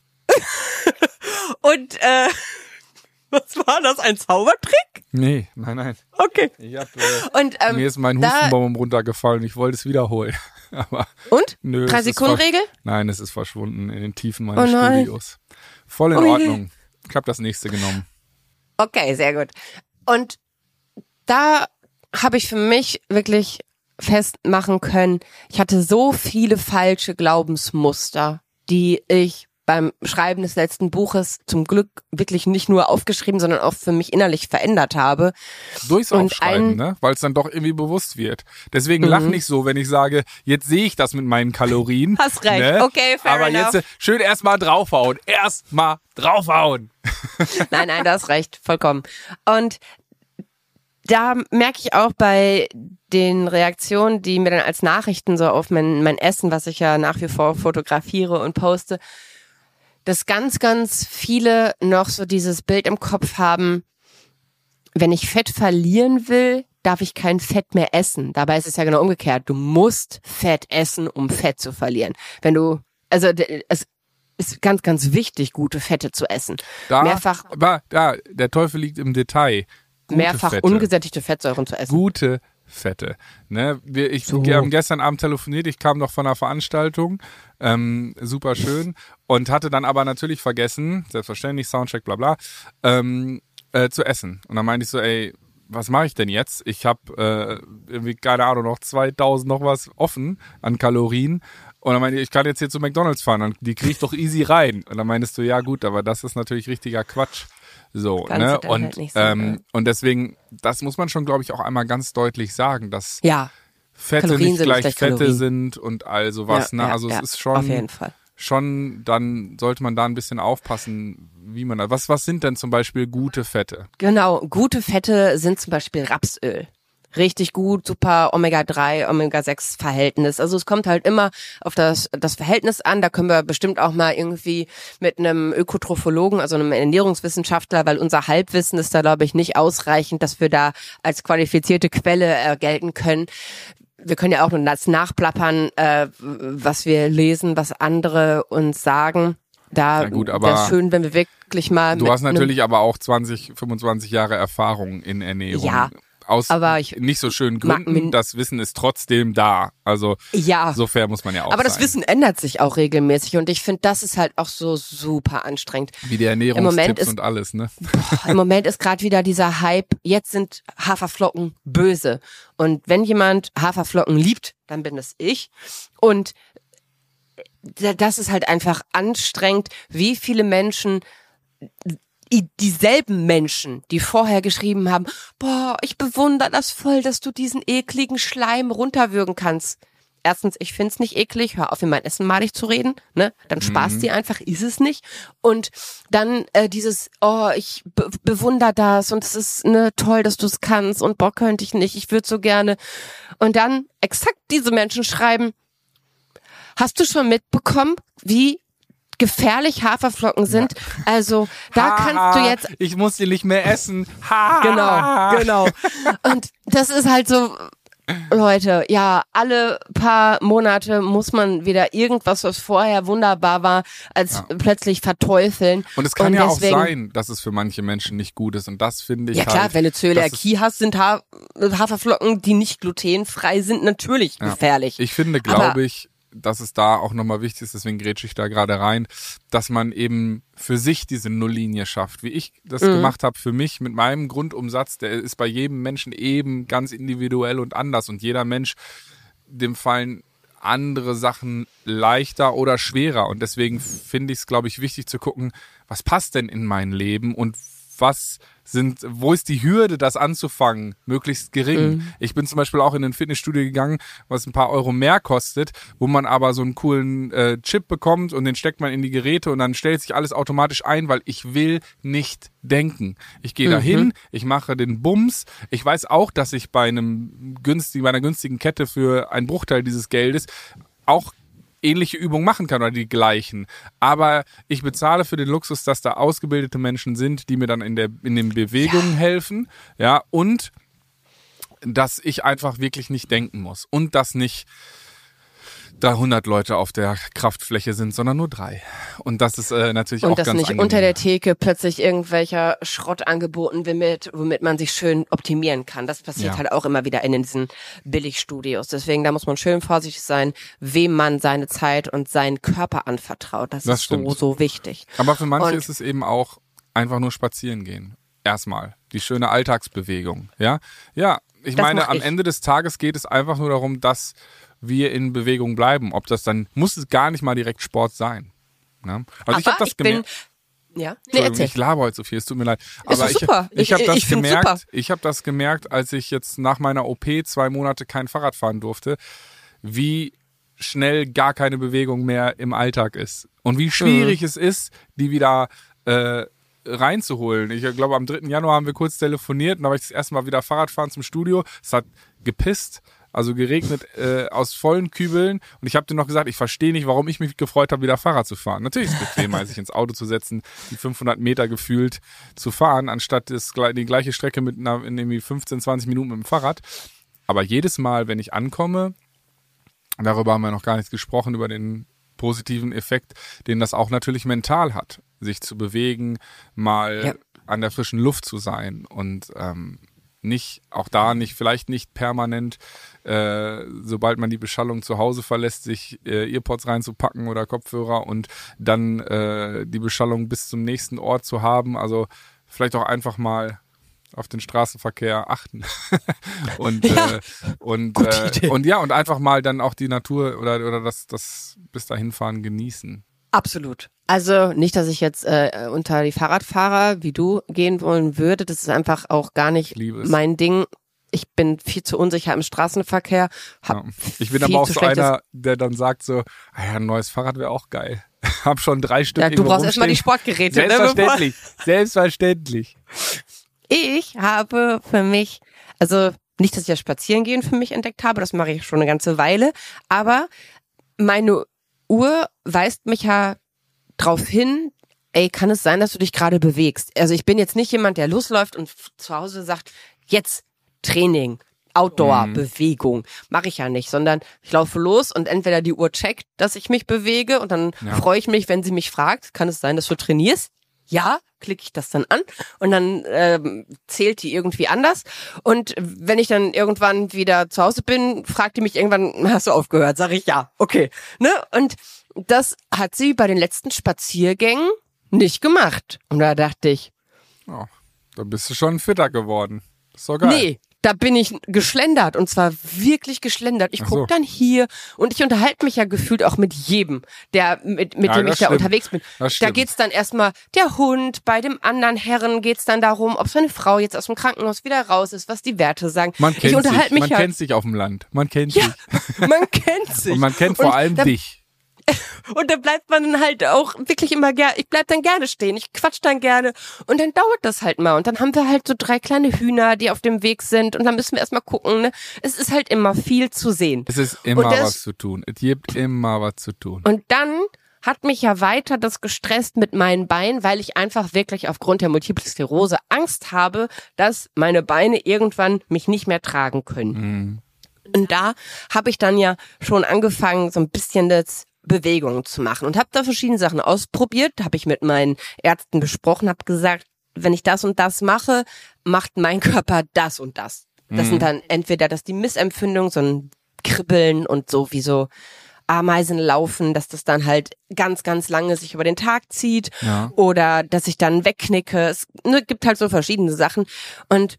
Und äh, was war das? Ein Zaubertrick? Nee, nein, nein. Okay. Ich hab, äh, und, ähm, mir ist mein Hustenbonbon runtergefallen. Ich wollte es wiederholen. Aber und? Nö, Drei Sekunden Regel? Nein, es ist verschwunden in den Tiefen meines oh Studios. Voll in Ui. Ordnung. Ich habe das nächste genommen. Okay, sehr gut. Und da habe ich für mich wirklich festmachen können, ich hatte so viele falsche Glaubensmuster, die ich beim Schreiben des letzten Buches zum Glück wirklich nicht nur aufgeschrieben, sondern auch für mich innerlich verändert habe. Durchs Aufschreiben, ne? Weil es dann doch irgendwie bewusst wird. Deswegen mhm. lach nicht so, wenn ich sage, jetzt sehe ich das mit meinen Kalorien. Hast recht, ne? okay, fair Aber enough. jetzt schön erstmal draufhauen. Erstmal draufhauen. Nein, nein, du hast recht, vollkommen. Und da merke ich auch bei den Reaktionen, die mir dann als Nachrichten so auf mein, mein Essen, was ich ja nach wie vor fotografiere und poste, dass ganz, ganz viele noch so dieses Bild im Kopf haben, wenn ich Fett verlieren will, darf ich kein Fett mehr essen. Dabei ist es ja genau umgekehrt. Du musst Fett essen, um Fett zu verlieren. Wenn du, also es ist ganz, ganz wichtig, gute Fette zu essen. Da, mehrfach, aber, da, der Teufel liegt im Detail. Gute mehrfach Fette. ungesättigte Fettsäuren zu essen. Gute Fette. Ne? Wir, ich So. wir haben gestern Abend telefoniert, ich kam noch von einer Veranstaltung, ähm, super schön, und hatte dann aber natürlich vergessen, selbstverständlich, Soundcheck, bla bla, ähm, äh, zu essen. Und dann meinte ich so, ey, was mache ich denn jetzt? Ich habe äh, irgendwie, keine Ahnung, noch zweitausend noch was offen an Kalorien. Und dann meinte ich, ich kann jetzt hier zu McDonald's fahren, und die kriege ich doch easy rein. Und dann meintest du, ja gut, aber das ist natürlich richtiger Quatsch. So, Kannst ne? du dann Und, halt nicht sagen, ähm, ja. und deswegen, das muss man schon, glaube ich, auch einmal ganz deutlich sagen, dass Ja, Fette Kalorien nicht sind gleich nicht Fette Kalorien. sind und all sowas. ja, ne? ja, Also ja, es ist schon, auf jeden Fall. schon, dann sollte man da ein bisschen aufpassen, wie man da. Was, was sind denn zum Beispiel gute Fette? Genau, gute Fette sind zum Beispiel Rapsöl. Richtig gut, super Omega drei, Omega sechs Verhältnis. Also es kommt halt immer auf das, das Verhältnis an. Da können wir bestimmt auch mal irgendwie mit einem Ökotrophologen, also einem Ernährungswissenschaftler, weil unser Halbwissen ist da, glaube ich, nicht ausreichend, dass wir da als qualifizierte Quelle äh, gelten können. Wir können ja auch nur das nachplappern, äh, was wir lesen, was andere uns sagen. Da Na gut, aber wäre es schön, wenn wir wirklich mal Du mit hast natürlich aber auch zwanzig, fünfundzwanzig Jahre Erfahrung in Ernährung. Ja, Aus aber ich nicht so schönen mag Gründen. mir- Das Wissen ist trotzdem da. Also Ja. so fair muss man ja auch Aber das sein. Wissen ändert sich auch regelmäßig und ich finde, das ist halt auch so super anstrengend. Wie die Im Moment Ernährungstipps ist- und alles, ne? Im Moment ist gerade wieder dieser Hype, jetzt sind Haferflocken böse. Und wenn jemand Haferflocken liebt, dann bin es ich. Und das ist halt einfach anstrengend, wie viele Menschen, dieselben Menschen, die vorher geschrieben haben, boah, ich bewundere das voll, dass du diesen ekligen Schleim runterwürgen kannst. Erstens, ich find's nicht eklig, hör auf, in mein Essen malig zu reden, ne? Dann spaßt die einfach, ist es nicht. Und dann äh, dieses, oh, ich be bewundere das und es ist ne toll, dass du es kannst und boah, könnte ich nicht, ich würde so gerne. Und dann exakt diese Menschen schreiben, hast du schon mitbekommen, wie gefährlich Haferflocken sind? Ja. Also da ha, kannst du jetzt ich muss die nicht mehr essen. Ha. Genau, genau. Und das ist halt so, Leute, ja, alle paar Monate muss man wieder irgendwas, was vorher wunderbar war, als ja. plötzlich verteufeln. Und es kann und ja deswegen, auch sein, dass es für manche Menschen nicht gut ist. Und das finde ich Ja klar, halt, wenn du Zöliakie hast, sind ha Haferflocken, die nicht glutenfrei sind, natürlich ja. gefährlich. Ich finde, glaube ich, dass es da auch nochmal wichtig ist, deswegen grätsche ich da gerade rein, dass man eben für sich diese Nulllinie schafft. Wie ich das mhm. gemacht habe für mich mit meinem Grundumsatz, der ist bei jedem Menschen eben ganz individuell und anders. Und jeder Mensch, dem fallen andere Sachen leichter oder schwerer. Und deswegen finde ich es, glaube ich, wichtig zu gucken, was passt denn in mein Leben und was sind, wo ist die Hürde, das anzufangen, möglichst gering. Mhm. Ich bin zum Beispiel auch in ein Fitnessstudio gegangen, was ein paar Euro mehr kostet, wo man aber so einen coolen äh, Chip bekommt und den steckt man in die Geräte und dann stellt sich alles automatisch ein, weil ich will nicht denken. Ich gehe mhm. dahin, ich mache den Bums. Ich weiß auch, dass ich bei einem günstigen, bei einer günstigen Kette für einen Bruchteil dieses Geldes auch ähnliche Übungen machen kann oder die gleichen. Aber ich bezahle für den Luxus, dass da ausgebildete Menschen sind, die mir dann in der in den Bewegungen ja. helfen, ja, und dass ich einfach wirklich nicht denken muss und dass nicht dreihundert Leute auf der Kraftfläche sind, sondern nur drei. Und das ist äh, natürlich und auch ganz Und dass nicht angenehm. Unter der Theke plötzlich irgendwelcher Schrott angeboten wird, womit man sich schön optimieren kann. Das passiert ja. halt auch immer wieder in diesen Billigstudios. Deswegen, da muss man schön vorsichtig sein, wem man seine Zeit und seinen Körper anvertraut. Das, das ist stimmt. so, so wichtig. Aber für manche und ist es eben auch einfach nur spazieren gehen. Erstmal. Die schöne Alltagsbewegung. Ja, ja. Ich das meine, am ich. Ende des Tages geht es einfach nur darum, dass wir in Bewegung bleiben. Ob das dann, muss es gar nicht mal direkt Sport sein. Ne? Also aber ich habe das ich gemerkt. Bin, ja, nee, erzähl. Ich laber heute so viel, es tut mir leid. Ist Aber doch super. ich, ich habe das ich gemerkt, super. ich habe das gemerkt, als ich jetzt nach meiner O P zwei Monate kein Fahrrad fahren durfte, wie schnell gar keine Bewegung mehr im Alltag ist. Und wie schwierig mhm. es ist, die wieder äh, reinzuholen. Ich glaube, am dritten Januar haben wir kurz telefoniert und da war ich das erste Mal wieder Fahrrad fahren zum Studio. Es hat gepisst. also geregnet äh, aus vollen Kübeln. Und ich habe dir noch gesagt, ich verstehe nicht, warum ich mich gefreut habe, wieder Fahrrad zu fahren. Natürlich ist es bequemer, sich ins Auto zu setzen, die fünfhundert Meter gefühlt zu fahren, anstatt das, die gleiche Strecke mit einer, in irgendwie fünfzehn, zwanzig Minuten mit dem Fahrrad. Aber jedes Mal, wenn ich ankomme, darüber haben wir noch gar nichts gesprochen, über den positiven Effekt, den das auch natürlich mental hat, sich zu bewegen, mal ja. an der frischen Luft zu sein und ähm, nicht, auch da nicht, vielleicht nicht permanent, äh, sobald man die Beschallung zu Hause verlässt, sich äh, Earpods reinzupacken oder Kopfhörer und dann äh, die Beschallung bis zum nächsten Ort zu haben. Also vielleicht auch einfach mal auf den Straßenverkehr achten und ja, äh, und äh, und ja und einfach mal dann auch die Natur oder oder das das bis dahin fahren genießen. Absolut. Also nicht, dass ich jetzt äh, unter die Fahrradfahrer wie du gehen wollen würde. Das ist einfach auch gar nicht mein Ding. Ich bin viel zu unsicher im Straßenverkehr. Hab ja. Ich bin aber auch so einer, der dann sagt so, ah ja, ein neues Fahrrad wäre auch geil. Hab schon drei Stück. Ja, du brauchst erstmal die Sportgeräte. Selbstverständlich. Ne, Selbstverständlich. Ich habe für mich, also nicht, dass ich das Spazierengehen für mich entdeckt habe, das mache ich schon eine ganze Weile, aber meine Uhr weist mich ja drauf hin, ey, kann es sein, dass du dich gerade bewegst? Also ich bin jetzt nicht jemand, der losläuft und zu Hause sagt, jetzt Training, Outdoor, mhm. Bewegung, mache ich ja nicht, sondern ich laufe los und entweder die Uhr checkt, dass ich mich bewege und dann ja. freue ich mich, wenn sie mich fragt, kann es sein, dass du trainierst? Ja, klicke ich das dann an und dann ähm, zählt die irgendwie anders. Und wenn ich dann irgendwann wieder zu Hause bin, fragt die mich irgendwann, hast du aufgehört? Sag ich ja, okay. Ne? Und das hat sie bei den letzten Spaziergängen nicht gemacht. Und da dachte ich, oh, da bist du schon fitter geworden. Das ist doch geil. Nee. Da bin ich geschlendert und zwar wirklich geschlendert. Ich guck so. Dann hier und ich unterhalte mich ja gefühlt auch mit jedem, der mit, mit ja, dem ich stimmt. da unterwegs bin. Da geht's dann erstmal der Hund, bei dem anderen Herren geht's dann darum, ob seine Frau jetzt aus dem Krankenhaus wieder raus ist, was die Werte sagen. Man kennt ich unterhalte sich, mich man ja, kennt sich auf dem Land. Man kennt ja, sich. Man kennt sich. Und man kennt vor und allem da, dich. Und da bleibt man halt auch wirklich immer gerne, ich bleib dann gerne stehen, ich quatsch dann gerne und dann dauert das halt mal und dann haben wir halt so drei kleine Hühner, die auf dem Weg sind und dann müssen wir erstmal gucken, ne? Es ist halt immer viel zu sehen. Es ist immer das, was zu tun, es gibt immer was zu tun. Und dann hat mich ja weiter das gestresst mit meinen Beinen, weil ich einfach wirklich aufgrund der Multiple Sklerose Angst habe, dass meine Beine irgendwann mich nicht mehr tragen können. Mhm. Und da habe ich dann ja schon angefangen, so ein bisschen das Bewegungen zu machen und habe da verschiedene Sachen ausprobiert, habe ich mit meinen Ärzten besprochen, habe gesagt, wenn ich das und das mache, macht mein Körper das und das. Das mhm. sind dann entweder das die Missempfindung, so ein Kribbeln und so wie so Ameisen laufen, dass das dann halt ganz, ganz lange sich über den Tag zieht ja. oder dass ich dann wegknicke. Es ne, gibt halt so verschiedene Sachen und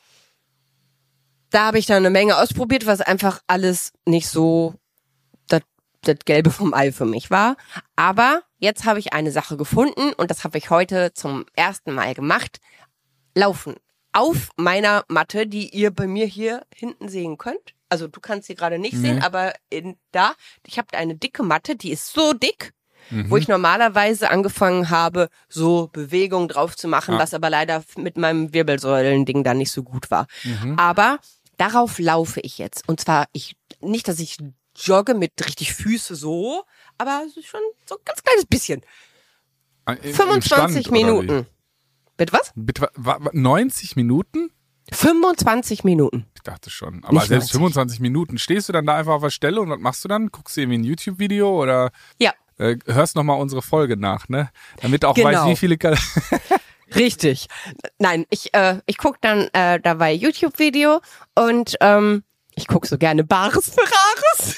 da habe ich dann eine Menge ausprobiert, was einfach alles nicht so das Gelbe vom Ei für mich war. Aber jetzt habe ich eine Sache gefunden und das habe ich heute zum ersten Mal gemacht. Laufen. Auf meiner Matte, die ihr bei mir hier hinten sehen könnt. Also du kannst sie gerade nicht nee. sehen, aber in da, ich habe eine dicke Matte, die ist so dick, mhm. wo ich normalerweise angefangen habe, so Bewegungen drauf zu machen, ja. was aber leider mit meinem Wirbelsäulending dann nicht so gut war. Mhm. Aber darauf laufe ich jetzt. Und zwar, ich nicht, dass ich jogge mit richtig Füße so, aber schon so ein ganz kleines bisschen. Im, fünfundzwanzig im Minuten. Bitte was? Bitte, neunzig Minuten? fünfundzwanzig Minuten. Ich dachte schon. Aber Nicht selbst neunzig. fünfundzwanzig Minuten. Stehst du dann da einfach auf der Stelle und was machst du dann? Guckst du irgendwie ein YouTube-Video oder ja. äh, hörst nochmal unsere Folge nach, ne? Damit du auch genau. weißt, wie viele... Kal- Richtig. Nein, ich äh, ich guck dann äh, dabei YouTube-Video und ähm, ich guck so gerne Bares Ferraris.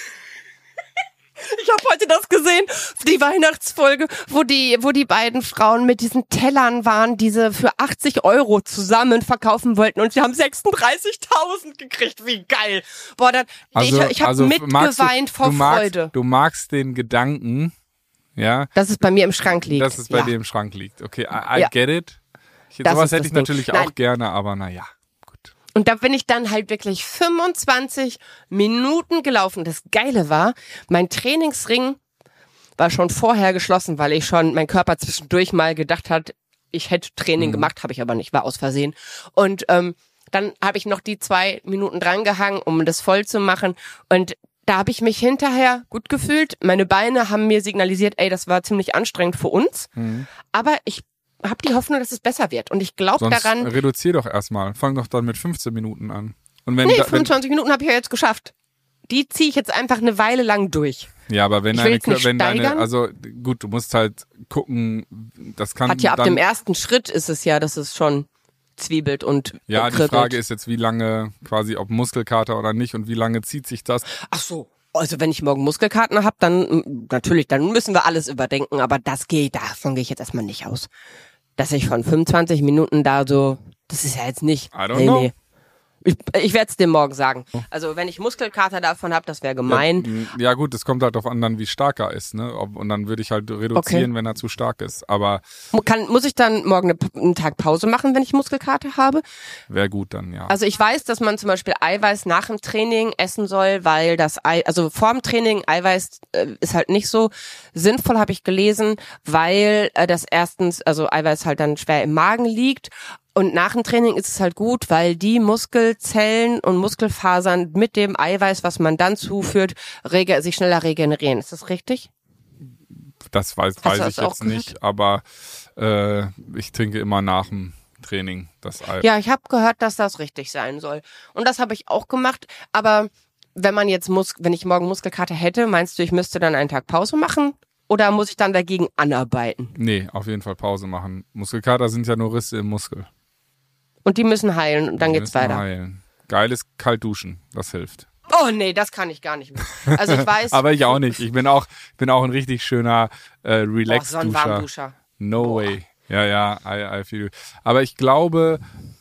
Ich habe heute das gesehen, die Weihnachtsfolge, wo die wo die beiden Frauen mit diesen Tellern waren, die sie für achtzig Euro zusammen verkaufen wollten und sie haben sechsunddreißigtausend gekriegt. Wie geil. Boah, dann, also, ich, ich habe also mitgeweint vor du magst, Freude. Du magst den Gedanken, ja. Dass es bei mir im Schrank liegt. Dass es bei ja. dir im Schrank liegt. Okay, I, I ja. get it. Ich, sowas hätte ich Ding. natürlich Nein. auch gerne, aber naja. Und da bin ich dann halt wirklich fünfundzwanzig Minuten gelaufen. Das Geile war, mein Trainingsring war schon vorher geschlossen, weil ich schon, mein Körper zwischendurch mal gedacht hat, ich hätte Training mhm. gemacht, habe ich aber nicht, war aus Versehen. Und ähm, Dann habe ich noch die zwei Minuten drangehangen, um das voll zu machen. Und da habe ich mich hinterher gut gefühlt. Meine Beine haben mir signalisiert, ey, das war ziemlich anstrengend für uns. Mhm. Aber ich habe die Hoffnung, dass es besser wird. Und ich glaube daran... reduzier doch erstmal. Fang doch dann mit fünfzehn Minuten an. Und wenn nee, da, fünfundzwanzig wenn, Minuten habe ich ja jetzt geschafft. Die ziehe ich jetzt einfach eine Weile lang durch. Ja, aber wenn ich deine, will wenn deine, deine, also gut, du musst halt gucken, das kann Hat ja ab dann, dem ersten Schritt ist es ja, dass es schon zwiebelt und ja, kribbelt. Die Frage ist jetzt, wie lange quasi, ob Muskelkater oder nicht und wie lange zieht sich das? Ach so. Also wenn ich morgen Muskelkater habe, dann natürlich, dann müssen wir alles überdenken, aber das geht, davon gehe ich jetzt erstmal nicht aus. Dass ich von fünfundzwanzig Minuten da so, das ist ja jetzt nicht. I don't nee, know. nee. Ich, ich werde es dir morgen sagen. Also wenn ich Muskelkater davon habe, das wäre gemein. Ja, ja gut, es kommt halt darauf an, dann wie stark er ist, ne? Ob, und dann würde ich halt reduzieren, okay. wenn er zu stark ist. Aber Kann, muss ich dann morgen eine, einen Tag Pause machen, wenn ich Muskelkater habe? Wäre gut dann, ja. Also ich weiß, dass man zum Beispiel Eiweiß nach dem Training essen soll, weil das Ei, also vor dem Training Eiweiß äh, ist halt nicht so sinnvoll, habe ich gelesen, weil äh, das erstens, also Eiweiß halt dann schwer im Magen liegt. Und nach dem Training ist es halt gut, weil die Muskelzellen und Muskelfasern mit dem Eiweiß, was man dann zuführt, rege- sich schneller regenerieren. Ist das richtig? Das weiß, weiß ich jetzt nicht, aber äh, ich trinke immer nach dem Training das Eiweiß. Ja, ich habe gehört, dass das richtig sein soll. Und das habe ich auch gemacht. Aber wenn man jetzt Mus- wenn ich morgen Muskelkater hätte, meinst du, ich müsste dann einen Tag Pause machen? Oder muss ich dann dagegen anarbeiten? Nee, auf jeden Fall Pause machen. Muskelkater sind ja nur Risse im Muskel. Und die müssen heilen und dann die geht's weiter. Heilen. Geiles Kaltduschen, das hilft. Oh nee, das kann ich gar nicht mehr. Also ich weiß. Aber ich auch nicht. Ich bin auch, bin auch ein richtig schöner äh, Relax-Duscher. Oh, so ein Warmduscher. No Boah. way. Ja, ja, I, I feel you. Aber ich glaube,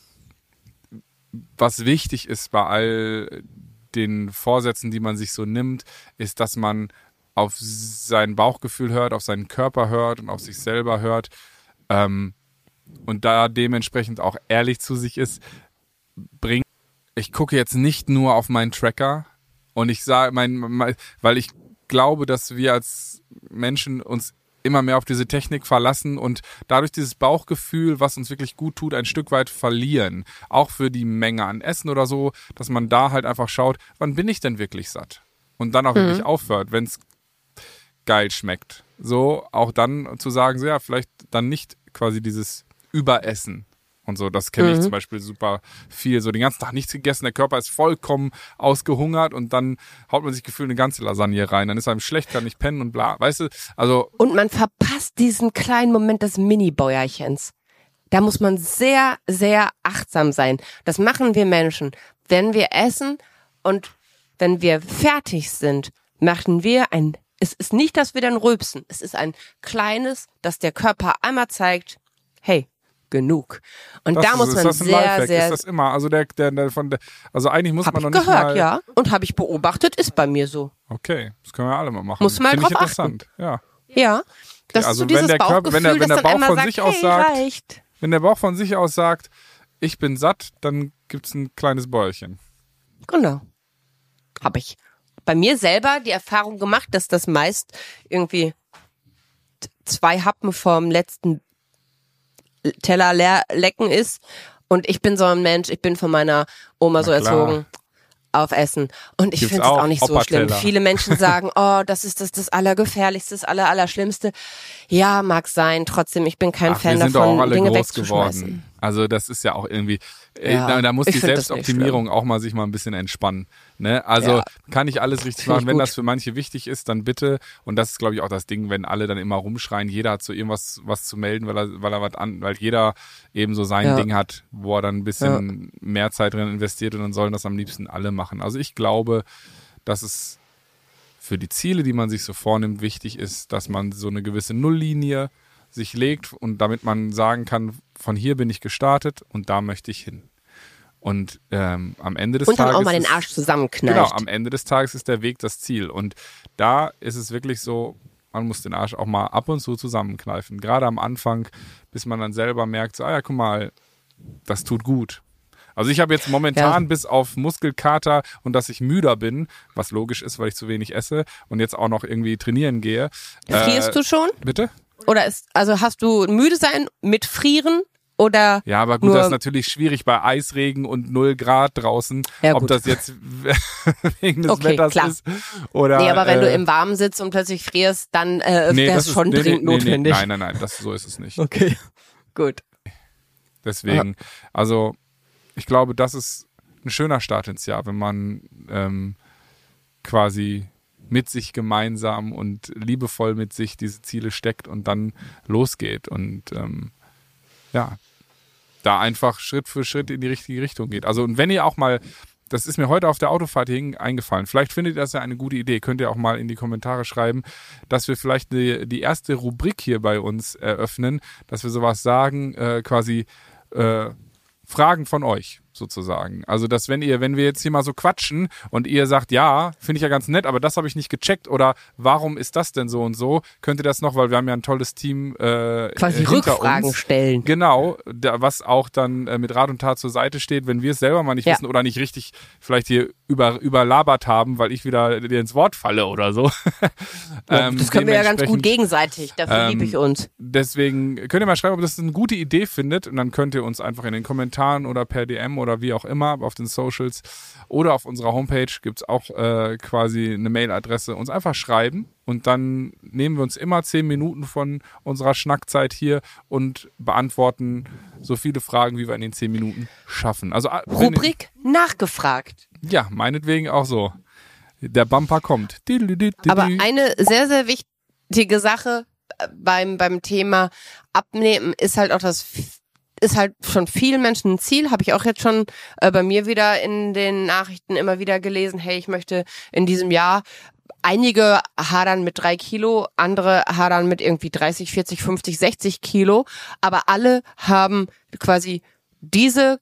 was wichtig ist bei all den Vorsätzen, die man sich so nimmt, ist, dass man auf sein Bauchgefühl hört, auf seinen Körper hört und auf sich selber hört. Ähm, und da dementsprechend auch ehrlich zu sich ist, bringt. Ich gucke jetzt nicht nur auf meinen Tracker und ich sage, mein, mein, weil ich glaube, dass wir als Menschen uns immer mehr auf diese Technik verlassen und dadurch dieses Bauchgefühl, was uns wirklich gut tut, ein Stück weit verlieren. Auch für die Menge an Essen oder so, dass man da halt einfach schaut, wann bin ich denn wirklich satt? Und dann auch mhm. wirklich aufhört, wenn es geil schmeckt. So, auch dann zu sagen, so ja, vielleicht dann nicht quasi dieses Überessen und so. Das kenne ich mhm. zum Beispiel super viel. So den ganzen Tag nichts gegessen, der Körper ist vollkommen ausgehungert und dann haut man sich gefühlt eine ganze Lasagne rein. Dann ist einem schlecht, kann nicht pennen und bla. Weißt du, also. Und man verpasst diesen kleinen Moment des Mini-Bäuerchens. Da muss man sehr, sehr achtsam sein. Das machen wir Menschen. Wenn wir essen und wenn wir fertig sind, machen wir ein, es ist nicht, dass wir dann rülpsen. Es ist ein kleines, dass der Körper einmal zeigt, hey, genug. Und das da ist, muss man ist das ein sehr, Lifehack? sehr... Ist das immer? Also der, der, der von der, also eigentlich muss hab man noch ich nicht gehört, mal... ja. Und habe ich beobachtet, ist bei mir so. Okay, das können wir alle mal machen. Muss mal Finde drauf ich interessant. achten. Ja. Ja. Das Okay, also ist so dieses wenn der Körper, Bauchgefühl, wenn der, wenn der das Bauch dann einmal von sagt, sich aus hey, sagt, reicht. wenn der Bauch von sich aus sagt, ich bin satt, dann gibt's ein kleines Bäuerchen. Genau. Habe ich. Bei mir selber die Erfahrung gemacht, dass das meist irgendwie t- zwei Happen vom letzten Teller leer lecken ist. Und ich bin so ein Mensch, ich bin von meiner Oma so Na klar. erzogen auf Essen. Und ich Gibt's finde es auch auch nicht so schlimm. Hopperteller. Viele Menschen sagen, oh, das ist das, das Allergefährlichste, das Aller, Allerschlimmste. Ja, mag sein. Trotzdem, ich bin kein Ach, Fan wir sind davon, doch auch alle Dinge groß wegzuschmeißen. geworden. Also das ist ja auch irgendwie, äh, Ja, da, da muss ich die find das nicht Selbstoptimierung auch mal sich mal ein bisschen entspannen. Ne? Also Ja. kann ich alles richtig Find ich machen. Wenn gut. das für manche wichtig ist, dann bitte. Und das ist, glaube ich, auch das Ding, wenn alle dann immer rumschreien, jeder hat so irgendwas was zu melden, weil er, weil er was an, weil jeder eben so sein Ja. Ding hat, wo er dann ein bisschen mehr Zeit drin investiert und dann sollen das am liebsten alle machen. Also ich glaube, dass es für die Ziele, die man sich so vornimmt, wichtig ist, dass man so eine gewisse Nulllinie sich legt und damit man sagen kann, von hier bin ich gestartet und da möchte ich hin. Und ähm, am Ende des Und dann Tages auch mal den ist- Arsch zusammenkneift. Genau, am Ende des Tages ist der Weg das Ziel. Und da ist es wirklich so, man muss den Arsch auch mal ab und zu zusammenkneifen. Gerade am Anfang, bis man dann selber merkt, so, ah ja, guck mal, das tut gut. Also ich habe jetzt momentan Ja. bis auf Muskelkater und dass ich müder bin, was logisch ist, weil ich zu wenig esse und jetzt auch noch irgendwie trainieren gehe. Frierst äh, du schon? Bitte? Oder ist, also hast du müde sein mit Frieren oder Ja, aber gut, nur, das ist natürlich schwierig bei Eisregen und null Grad draußen, Ja, ob gut. das jetzt wegen des Okay, Wetters klar. ist oder Nee, aber wenn äh, du im Warmen sitzt und plötzlich frierst, dann äh, nee, wäre das es ist- schon nee, dringend nee, nee, notwendig. Nee, nein, nein, nein, das, so ist es nicht. Okay, gut. Deswegen, also ich glaube, das ist ein schöner Start ins Jahr, wenn man ähm, quasi mit sich gemeinsam und liebevoll mit sich diese Ziele steckt und dann losgeht und ähm, ja, da einfach Schritt für Schritt in die richtige Richtung geht. Also und wenn ihr auch mal, das ist mir heute auf der Autofahrt hierhin eingefallen, vielleicht findet ihr das ja eine gute Idee, könnt ihr auch mal in die Kommentare schreiben, dass wir vielleicht die, die erste Rubrik hier bei uns eröffnen, dass wir sowas sagen, äh, quasi äh, Fragen von euch sozusagen. Also, dass wenn ihr, wenn wir jetzt hier mal so quatschen und ihr sagt, ja, finde ich ja ganz nett, aber das habe ich nicht gecheckt oder warum ist das denn so und so, könnt ihr das noch, weil wir haben ja ein tolles Team äh, Quasi hinter Rückfragen uns. stellen. Genau, da, was auch dann äh, mit Rat und Tat zur Seite steht, wenn wir es selber mal nicht Ja. wissen oder nicht richtig vielleicht hier über, überlabert haben, weil ich wieder dir ins Wort falle oder so. Ja, Ähm, das können wir ja ganz gut dementsprechend- gegenseitig. Dafür ähm, liebe ich uns. Deswegen könnt ihr mal schreiben, ob das eine gute Idee findet und dann könnt ihr uns einfach in den Kommentaren oder per D M oder wie auch immer auf den Socials oder auf unserer Homepage gibt es auch äh, quasi eine Mailadresse, uns einfach schreiben und dann nehmen wir uns immer zehn Minuten von unserer Schnackzeit hier und beantworten so viele Fragen, wie wir in den zehn Minuten schaffen. Also äh, wenn- Rubrik nachgefragt. Ja, meinetwegen auch so. Der Bumper kommt. Aber eine sehr, sehr wichtige Sache äh, beim, beim Thema Abnehmen ist halt auch das, ist halt schon vielen Menschen ein Ziel, habe ich auch jetzt schon äh, bei mir wieder in den Nachrichten immer wieder gelesen, hey, ich möchte in diesem Jahr, einige hadern mit drei Kilo, andere hadern mit irgendwie dreißig, vierzig, fünfzig, sechzig Kilo, aber alle haben quasi diese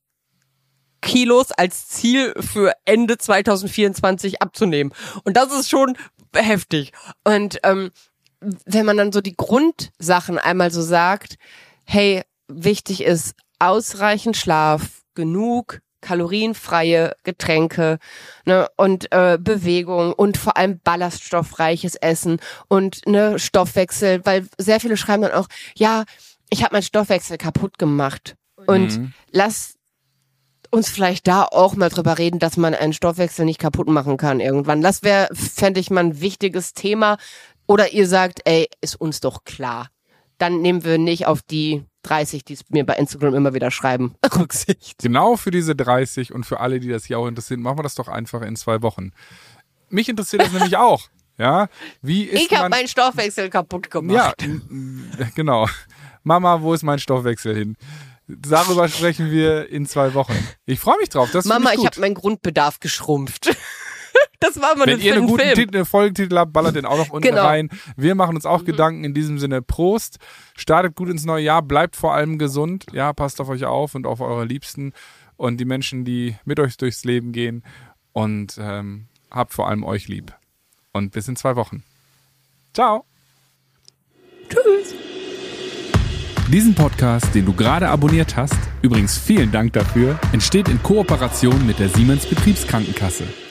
Kilos als Ziel für Ende zwanzig vierundzwanzig abzunehmen. Und das ist schon heftig. Und ähm, wenn man dann so die Grundsachen einmal so sagt, hey, wichtig ist ausreichend Schlaf, genug kalorienfreie Getränke, ne, und äh, Bewegung und vor allem ballaststoffreiches Essen und ne Stoffwechsel, weil sehr viele schreiben dann auch, ja, ich habe meinen Stoffwechsel kaputt gemacht. Und Mhm. lass uns vielleicht da auch mal drüber reden, dass man einen Stoffwechsel nicht kaputt machen kann irgendwann. Das wäre, fände ich mal ein wichtiges Thema. Oder ihr sagt, ey, ist uns doch klar. Dann nehmen wir nicht auf die dreißig, die es mir bei Instagram immer wieder schreiben, Rücksicht. Genau für diese dreißig und für alle, die das hier auch interessieren, machen wir das doch einfach in zwei Wochen. Mich interessiert das nämlich auch. Ja, wie ist Ich habe man... meinen Stoffwechsel kaputt Ja, gemacht. m- m- genau. Mama, wo ist mein Stoffwechsel hin? Darüber sprechen wir in zwei Wochen. Ich freue mich drauf. Das Mama, finde ich ich habe gut. meinen Grundbedarf geschrumpft. Das war mal Wenn ihr für einen einen guten Film. Titel, Folgentitel habt, ballert den auch noch unten Genau. rein. Wir machen uns auch Mhm. Gedanken in diesem Sinne. Prost, startet gut ins neue Jahr, bleibt vor allem gesund. Ja, passt auf euch auf und auf eure Liebsten und die Menschen, die mit euch durchs Leben gehen. Und ähm, habt vor allem euch lieb. Und bis in zwei Wochen. Ciao. Tschüss. Diesen Podcast, den du gerade abonniert hast, übrigens vielen Dank dafür, entsteht in Kooperation mit der Siemens Betriebskrankenkasse.